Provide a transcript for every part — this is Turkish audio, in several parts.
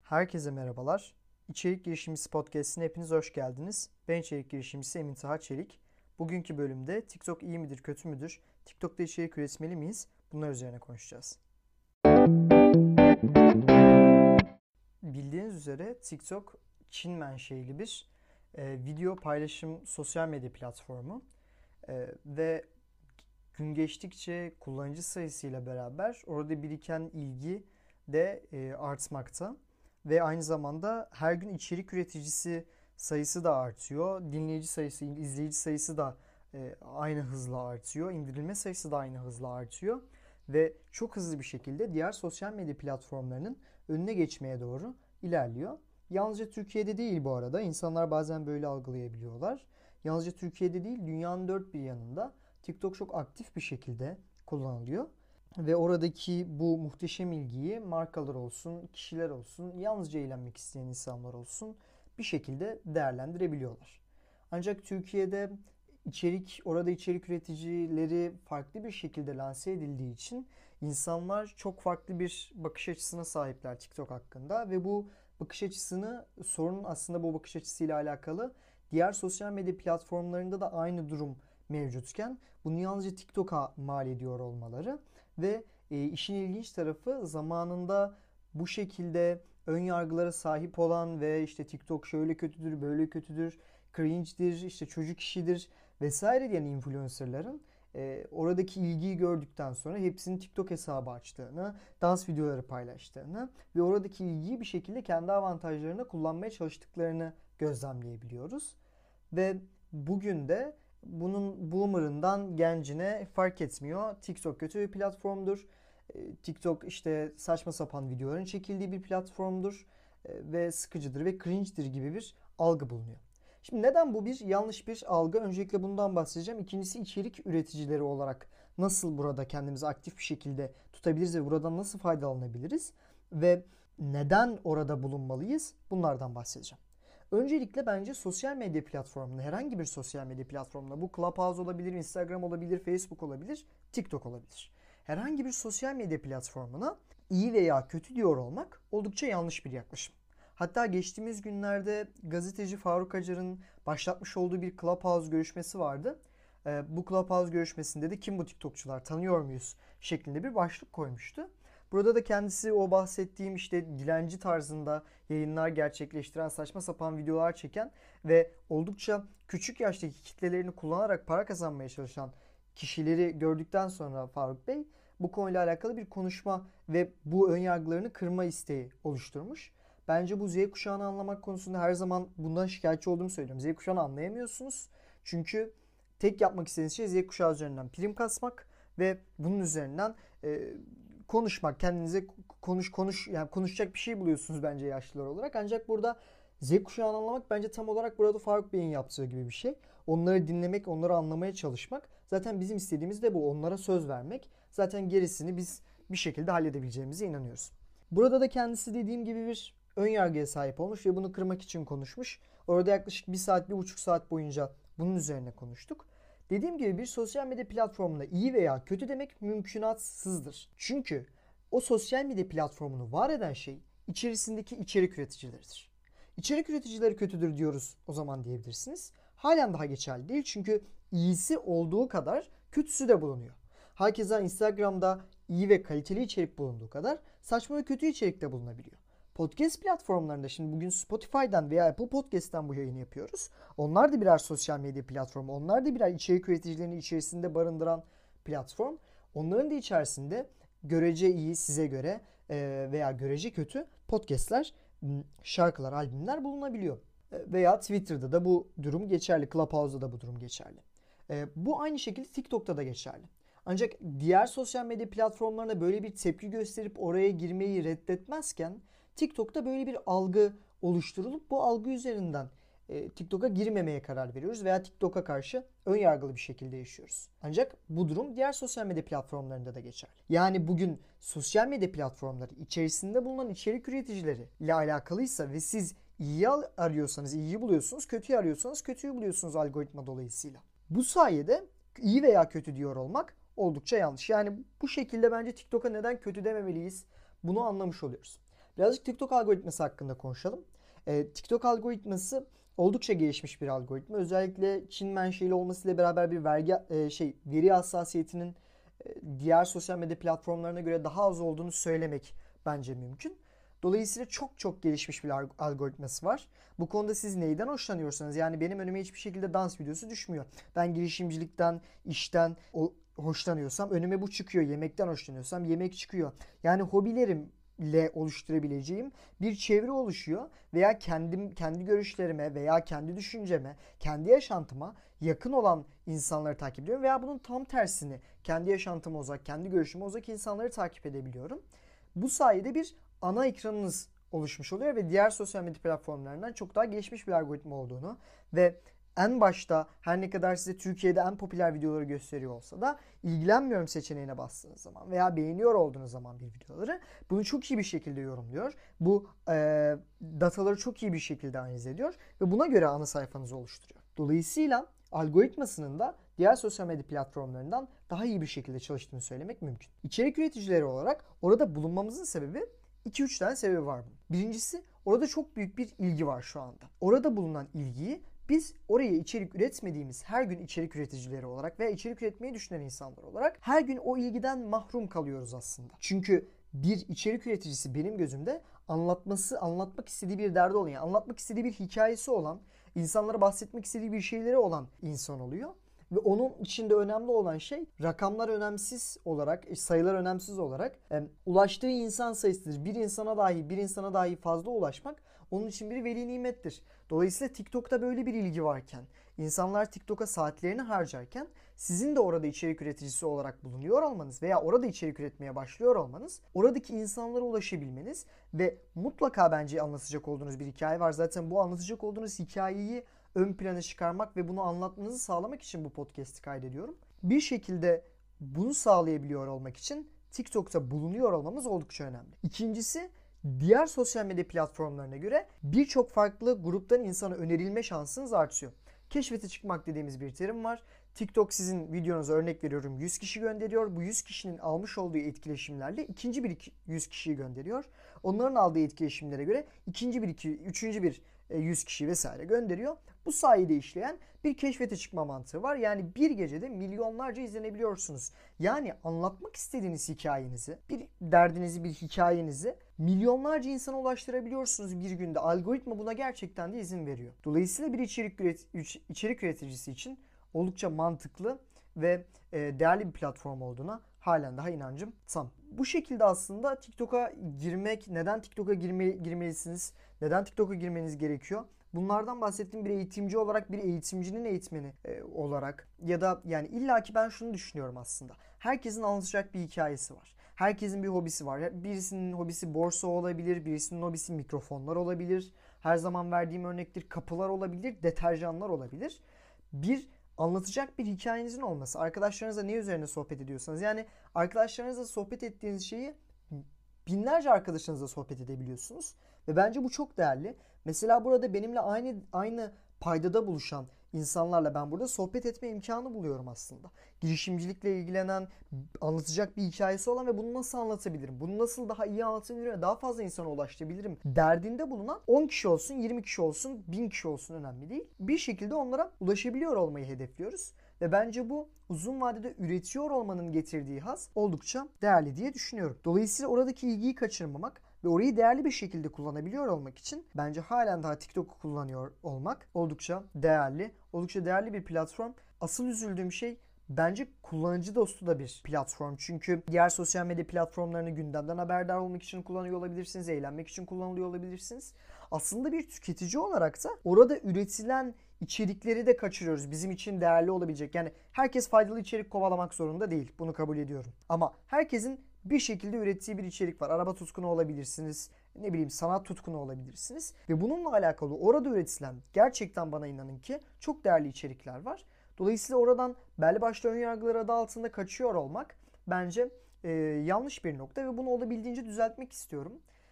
Herkese merhabalar. İçerik Girişimcisi Podcast'ine hepiniz hoş geldiniz. Ben içerik girişimcisi Emin Taha Çelik. Bugünkü bölümde TikTok iyi midir, kötü müdür? TikTok'ta içerik üretmeli miyiz? Bunlar üzerine konuşacağız. Bildiğiniz üzere TikTok Çin menşeili bir video paylaşım sosyal medya platformu. Ve gün geçtikçe kullanıcı sayısıyla beraber orada biriken ilgi de artmakta. Ve aynı zamanda her gün içerik üreticisi sayısı da artıyor. Dinleyici sayısı, izleyici sayısı da aynı hızla artıyor. İndirilme sayısı da aynı hızla artıyor. Ve çok hızlı bir şekilde diğer sosyal medya platformlarının önüne geçmeye doğru ilerliyor. Yalnızca Türkiye'de değil bu arada. İnsanlar bazen böyle algılayabiliyorlar. Yalnızca Türkiye'de değil, dünyanın dört bir yanında TikTok çok aktif bir şekilde kullanılıyor. Ve oradaki bu muhteşem ilgiyi markalar olsun, kişiler olsun, yalnızca eğlenmek isteyen insanlar olsun bir şekilde değerlendirebiliyorlar. Ancak Türkiye'de orada içerik üreticileri farklı bir şekilde lanse edildiği için insanlar çok farklı bir bakış açısına sahipler TikTok hakkında ve bu bakış açısını, sorun aslında bu bakış açısıyla alakalı. Diğer sosyal medya platformlarında da aynı durum mevcutken bunu yalnızca TikTok'a mal ediyor olmaları ve işin ilginç tarafı zamanında bu şekilde ön yargılara sahip olan ve işte TikTok şöyle kötüdür, böyle kötüdür, cringe'dir, işte çocuk işidir vesaire diyen influencerların oradaki ilgiyi gördükten sonra hepsinin TikTok hesabı açtığını, dans videoları paylaştığını ve oradaki ilgiyi bir şekilde kendi avantajlarına kullanmaya çalıştıklarını gözlemleyebiliyoruz. Ve bugün de bunun boomer'ından gencine fark etmiyor. TikTok kötü bir platformdur. TikTok işte saçma sapan videoların çekildiği bir platformdur. Ve sıkıcıdır ve cringe'dir gibi bir algı bulunuyor. Şimdi neden bu bir yanlış bir algı? Öncelikle bundan bahsedeceğim. İkincisi içerik üreticileri olarak nasıl burada kendimizi aktif bir şekilde tutabiliriz ve buradan nasıl faydalanabiliriz? Ve neden orada bulunmalıyız? Bunlardan bahsedeceğim. Öncelikle bence sosyal medya platformunda, herhangi bir sosyal medya platformunda, bu Clubhouse olabilir, Instagram olabilir, Facebook olabilir, TikTok olabilir. Herhangi bir sosyal medya platformuna iyi veya kötü diyor olmak oldukça yanlış bir yaklaşım. Hatta geçtiğimiz günlerde gazeteci Faruk Acar'ın başlatmış olduğu bir Clubhouse görüşmesi vardı. Bu Clubhouse görüşmesinde de kim bu TikTokçular tanıyor muyuz şeklinde bir başlık koymuştu. Burada da kendisi o bahsettiğim işte dilenci tarzında yayınlar gerçekleştiren, saçma sapan videolar çeken ve oldukça küçük yaştaki kitlelerini kullanarak para kazanmaya çalışan kişileri gördükten sonra Faruk Bey bu konuyla alakalı bir konuşma ve bu önyargılarını kırma isteği oluşturmuş. Bence bu Z kuşağını anlamak konusunda her zaman bundan şikayetçi olduğumu söylüyorum. Z kuşağını anlayamıyorsunuz. Çünkü tek yapmak istediğiniz şey Z kuşağı üzerinden prim kasmak ve bunun üzerinden konuşmak, kendinize konuş yani konuşacak bir şey buluyorsunuz bence yaşlılar olarak. Ancak burada Z kuşağını anlamak bence tam olarak burada Faruk Bey'in yaptığı gibi bir şey. Onları dinlemek, onları anlamaya çalışmak. Zaten bizim istediğimiz de bu. Onlara söz vermek. Zaten gerisini biz bir şekilde halledebileceğimize inanıyoruz. Burada da kendisi dediğim gibi bir ön yargıya sahip olmuş ve bunu kırmak için konuşmuş. Orada yaklaşık 1 saat, 1,5 saat boyunca bunun üzerine konuştuk. Dediğim gibi bir sosyal medya platformunda iyi veya kötü demek mümkünatsızdır. Çünkü o sosyal medya platformunu var eden şey içerisindeki içerik üreticileridir. İçerik üreticileri kötüdür diyoruz o zaman diyebilirsiniz. Halen daha geçerli değil çünkü iyisi olduğu kadar kötüsü de bulunuyor. Hakeza Instagram'da iyi ve kaliteli içerik bulunduğu kadar saçma ve kötü içerik de bulunabiliyor. Podcast platformlarında şimdi bugün Spotify'dan veya Apple Podcast'tan bu yayını yapıyoruz. Onlar da birer sosyal medya platformu. Onlar da birer içerik üreticilerini içerisinde barındıran platform. Onların da içerisinde görece iyi size göre veya görece kötü podcast'ler, şarkılar, albümler bulunabiliyor. Veya Twitter'da da bu durum geçerli. Clubhouse'da da bu durum geçerli. Bu aynı şekilde TikTok'ta da geçerli. Ancak diğer sosyal medya platformlarına böyle bir tepki gösterip oraya girmeyi reddetmezken TikTok'ta böyle bir algı oluşturulup bu algı üzerinden TikTok'a girmemeye karar veriyoruz veya TikTok'a karşı ön yargılı bir şekilde yaşıyoruz. Ancak bu durum diğer sosyal medya platformlarında da geçerli. Yani bugün sosyal medya platformları içerisinde bulunan içerik üreticileri ile alakalıysa ve siz İyiyi arıyorsanız iyiyi buluyorsunuz, kötüyü arıyorsanız kötüyü buluyorsunuz algoritma dolayısıyla. Bu sayede iyi veya kötü diyor olmak oldukça yanlış. Yani bu şekilde bence TikTok'a neden kötü dememeliyiz bunu anlamış oluyoruz. Birazcık TikTok algoritması hakkında konuşalım. TikTok algoritması oldukça gelişmiş bir algoritma. Özellikle Çin menşeli olmasıyla beraber bir veri hassasiyetinin diğer sosyal medya platformlarına göre daha az olduğunu söylemek bence mümkün. Dolayısıyla çok çok gelişmiş bir algoritması var. Bu konuda siz neyden hoşlanıyorsanız, yani benim önüme hiçbir şekilde dans videosu düşmüyor. Ben girişimcilikten, işten hoşlanıyorsam önüme bu çıkıyor. Yemekten hoşlanıyorsam yemek çıkıyor. Yani hobilerimle oluşturabileceğim bir çevre oluşuyor veya kendi görüşlerime veya kendi düşünceme, kendi yaşantıma yakın olan insanları takip ediyorum veya bunun tam tersini, kendi yaşantıma uzak, kendi görüşüme uzak insanları takip edebiliyorum. Bu sayede bir ana ekranınız oluşmuş oluyor ve diğer sosyal medya platformlarından çok daha gelişmiş bir algoritma olduğunu ve en başta her ne kadar size Türkiye'de en popüler videoları gösteriyor olsa da ilgilenmiyorum seçeneğine bastığınız zaman veya beğeniyor olduğunuz zaman bir videoları bunu çok iyi bir şekilde yorumluyor. Bu dataları çok iyi bir şekilde analiz ediyor ve buna göre ana sayfanızı oluşturuyor. Dolayısıyla algoritmasının da diğer sosyal medya platformlarından daha iyi bir şekilde çalıştığını söylemek mümkün. İçerik üreticileri olarak orada bulunmamızın sebebi 2-3 tane sebebi var bunun. Birincisi, orada çok büyük bir ilgi var şu anda. Orada bulunan ilgiyi biz oraya içerik üretmediğimiz her gün içerik üreticileri olarak veya içerik üretmeyi düşünen insanlar olarak her gün o ilgiden mahrum kalıyoruz aslında. Çünkü bir içerik üreticisi benim gözümde anlatmak istediği bir derdi olan, yani anlatmak istediği bir hikayesi olan, insanlara bahsetmek istediği bir şeyleri olan insan oluyor. Ve onun içinde önemli olan şey rakamlar önemsiz olarak, sayılar önemsiz olarak ulaştığı insan sayısıdır. Bir insana dahi fazla ulaşmak onun için bir veli nimettir. Dolayısıyla TikTok'ta böyle bir ilgi varken, insanlar TikTok'a saatlerini harcarken sizin de orada içerik üreticisi olarak bulunuyor olmanız veya orada içerik üretmeye başlıyor olmanız, oradaki insanlara ulaşabilmeniz ve mutlaka bence anlatacak olduğunuz bir hikaye var. Zaten bu anlatacak olduğunuz hikayeyi ön plana çıkarmak ve bunu anlatmanızı sağlamak için bu podcast'i kaydediyorum. Bir şekilde bunu sağlayabiliyor olmak için TikTok'ta bulunuyor olmamız oldukça önemli. İkincisi, diğer sosyal medya platformlarına göre birçok farklı gruptan insana önerilme şansınız artıyor. Keşfete çıkmak dediğimiz bir terim var. TikTok sizin videonuza, örnek veriyorum, 100 kişi gönderiyor. Bu 100 kişinin almış olduğu etkileşimlerle ikinci bir 100 kişiyi gönderiyor. Onların aldığı etkileşimlere göre üçüncü bir 100 kişi vesaire gönderiyor. Bu sayede işleyen bir keşfete çıkma mantığı var. Yani bir gecede milyonlarca izlenebiliyorsunuz. Yani anlatmak istediğiniz hikayenizi, bir derdinizi, bir hikayenizi milyonlarca insana ulaştırabiliyorsunuz bir günde. Algoritma buna gerçekten de izin veriyor. Dolayısıyla bir içerik üreticisi için oldukça mantıklı ve değerli bir platform olduğuna halen daha inancım tam. Bu şekilde aslında TikTok'a girmek, neden TikTok'a girmelisiniz, neden TikTok'a girmeniz gerekiyor? Bunlardan bahsettiğim bir eğitimci olarak, bir eğitimcinin eğitmeni olarak ya da yani illaki ben şunu düşünüyorum aslında. Herkesin anlatacak bir hikayesi var. Herkesin bir hobisi var. Birisinin hobisi borsa olabilir, birisinin hobisi mikrofonlar olabilir. Her zaman verdiğim örnektir, kapılar olabilir, deterjanlar olabilir. Bir anlatacak bir hikayenizin olması. Arkadaşlarınızla ne üzerine sohbet ediyorsanız, yani arkadaşlarınızla sohbet ettiğiniz şeyi binlerce arkadaşınızla sohbet edebiliyorsunuz. Ve bence bu çok değerli. Mesela burada benimle aynı paydada buluşan insanlarla ben burada sohbet etme imkanı buluyorum aslında. Girişimcilikle ilgilenen, anlatacak bir hikayesi olan ve bunu nasıl anlatabilirim? Bunu nasıl daha iyi anlatabilirim ve daha fazla insana ulaştırabilirim? Derdinde bulunan 10 kişi olsun, 20 kişi olsun, 1000 kişi olsun önemli değil. Bir şekilde onlara ulaşabiliyor olmayı hedefliyoruz. Ve bence bu uzun vadede üretiyor olmanın getirdiği haz oldukça değerli diye düşünüyorum. Dolayısıyla oradaki ilgiyi kaçırmamak ve orayı değerli bir şekilde kullanabiliyor olmak için bence halen daha TikTok'u kullanıyor olmak oldukça değerli. Oldukça değerli bir platform. Asıl üzüldüğüm şey, bence kullanıcı dostu da bir platform. Çünkü diğer sosyal medya platformlarını gündemden haberdar olmak için kullanıyor olabilirsiniz, eğlenmek için kullanılıyor olabilirsiniz. Aslında bir tüketici olarak da orada üretilen içerikleri de kaçırıyoruz. Bizim için değerli olabilecek. Yani herkes faydalı içerik kovalamak zorunda değil. Bunu kabul ediyorum. Ama herkesin bir şekilde ürettiği bir içerik var. Araba tutkunu olabilirsiniz. Ne bileyim, sanat tutkunu olabilirsiniz. Ve bununla alakalı orada üretilen, gerçekten bana inanın ki çok değerli içerikler var. Dolayısıyla oradan belli başlı önyargılar adı altında kaçıyor olmak bence yanlış bir nokta ve bunu olabildiğince düzeltmek istiyorum.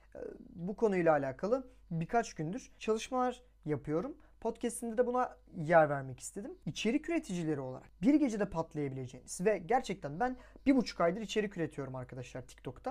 Bu konuyla alakalı birkaç gündür çalışmalar yapıyorum. Podcast'imde de buna yer vermek istedim. İçerik üreticileri olarak bir gecede patlayabileceğiniz ve gerçekten ben 1,5 aydır içerik üretiyorum arkadaşlar TikTok'ta.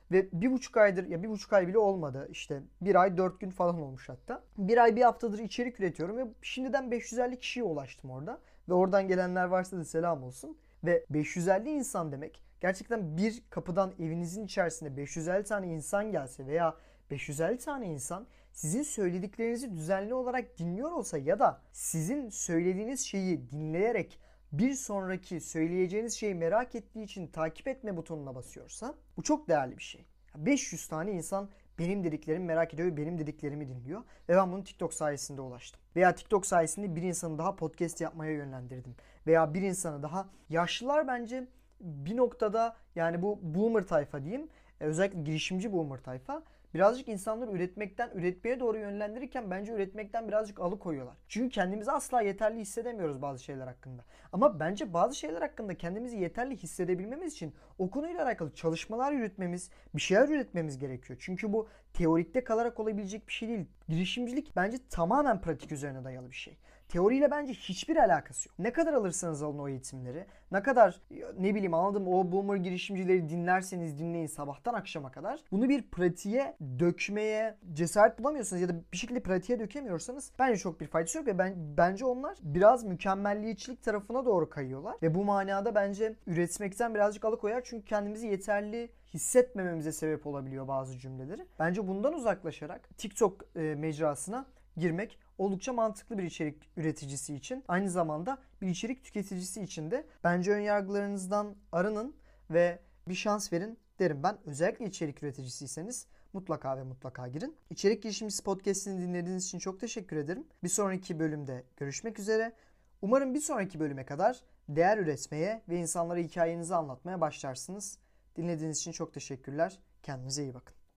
Ve 1,5 aydır, ya 1,5 ay bile olmadı, işte 1 ay 4 gün falan olmuş hatta. 1 ay 1 haftadır içerik üretiyorum ve şimdiden 550 kişiye ulaştım orada. Ve oradan gelenler varsa da selam olsun. Ve 550 insan demek, gerçekten bir kapıdan evinizin içerisinde 550 tane insan gelse veya 550 tane insan sizin söylediklerinizi düzenli olarak dinliyor olsa ya da sizin söylediğiniz şeyi dinleyerek bir sonraki söyleyeceğiniz şeyi merak ettiği için takip etme butonuna basıyorsa, bu çok değerli bir şey. 500 tane insan benim dediklerimi merak ediyor ve benim dediklerimi dinliyor. Ve ben bunu TikTok sayesinde ulaştım. Veya TikTok sayesinde bir insanı daha podcast yapmaya yönlendirdim. Veya bir insanı daha, yaşlılar bence bir noktada, yani bu boomer tayfa diyeyim, özellikle girişimci boomer tayfa, birazcık insanları üretmeye doğru yönlendirirken bence üretmekten birazcık alıkoyuyorlar. Çünkü kendimizi asla yeterli hissedemiyoruz bazı şeyler hakkında. Ama bence bazı şeyler hakkında kendimizi yeterli hissedebilmemiz için o konuyla alakalı çalışmalar yürütmemiz, bir şeyler üretmemiz gerekiyor. Çünkü bu teorikte kalarak olabilecek bir şey değil. Girişimcilik bence tamamen pratik üzerine dayalı bir şey. Teoriyle bence hiçbir alakası yok. Ne kadar alırsanız alın o eğitimleri, ne kadar ne bileyim anladım o boomer girişimcileri dinlerseniz dinleyin sabahtan akşama kadar, bunu bir pratiğe dökmeye cesaret bulamıyorsanız ya da bir şekilde pratiğe dökemiyorsanız bence çok bir faydası yok ve bence onlar biraz mükemmelliyetçilik tarafına doğru kayıyorlar ve bu manada bence üretmekten birazcık alıkoyar, çünkü kendimizi yeterli hissetmememize sebep olabiliyor bazı cümleleri. Bence bundan uzaklaşarak TikTok mecrasına girmek oldukça mantıklı bir içerik üreticisi için. Aynı zamanda bir içerik tüketicisi için de bence önyargılarınızdan arının ve bir şans verin derim ben. Özellikle içerik üreticisiyseniz mutlaka ve mutlaka girin. İçerik Girişimcisi Podcast'ini dinlediğiniz için çok teşekkür ederim. Bir sonraki bölümde görüşmek üzere. Umarım bir sonraki bölüme kadar değer üretmeye ve insanlara hikayenizi anlatmaya başlarsınız. Dinlediğiniz için çok teşekkürler. Kendinize iyi bakın.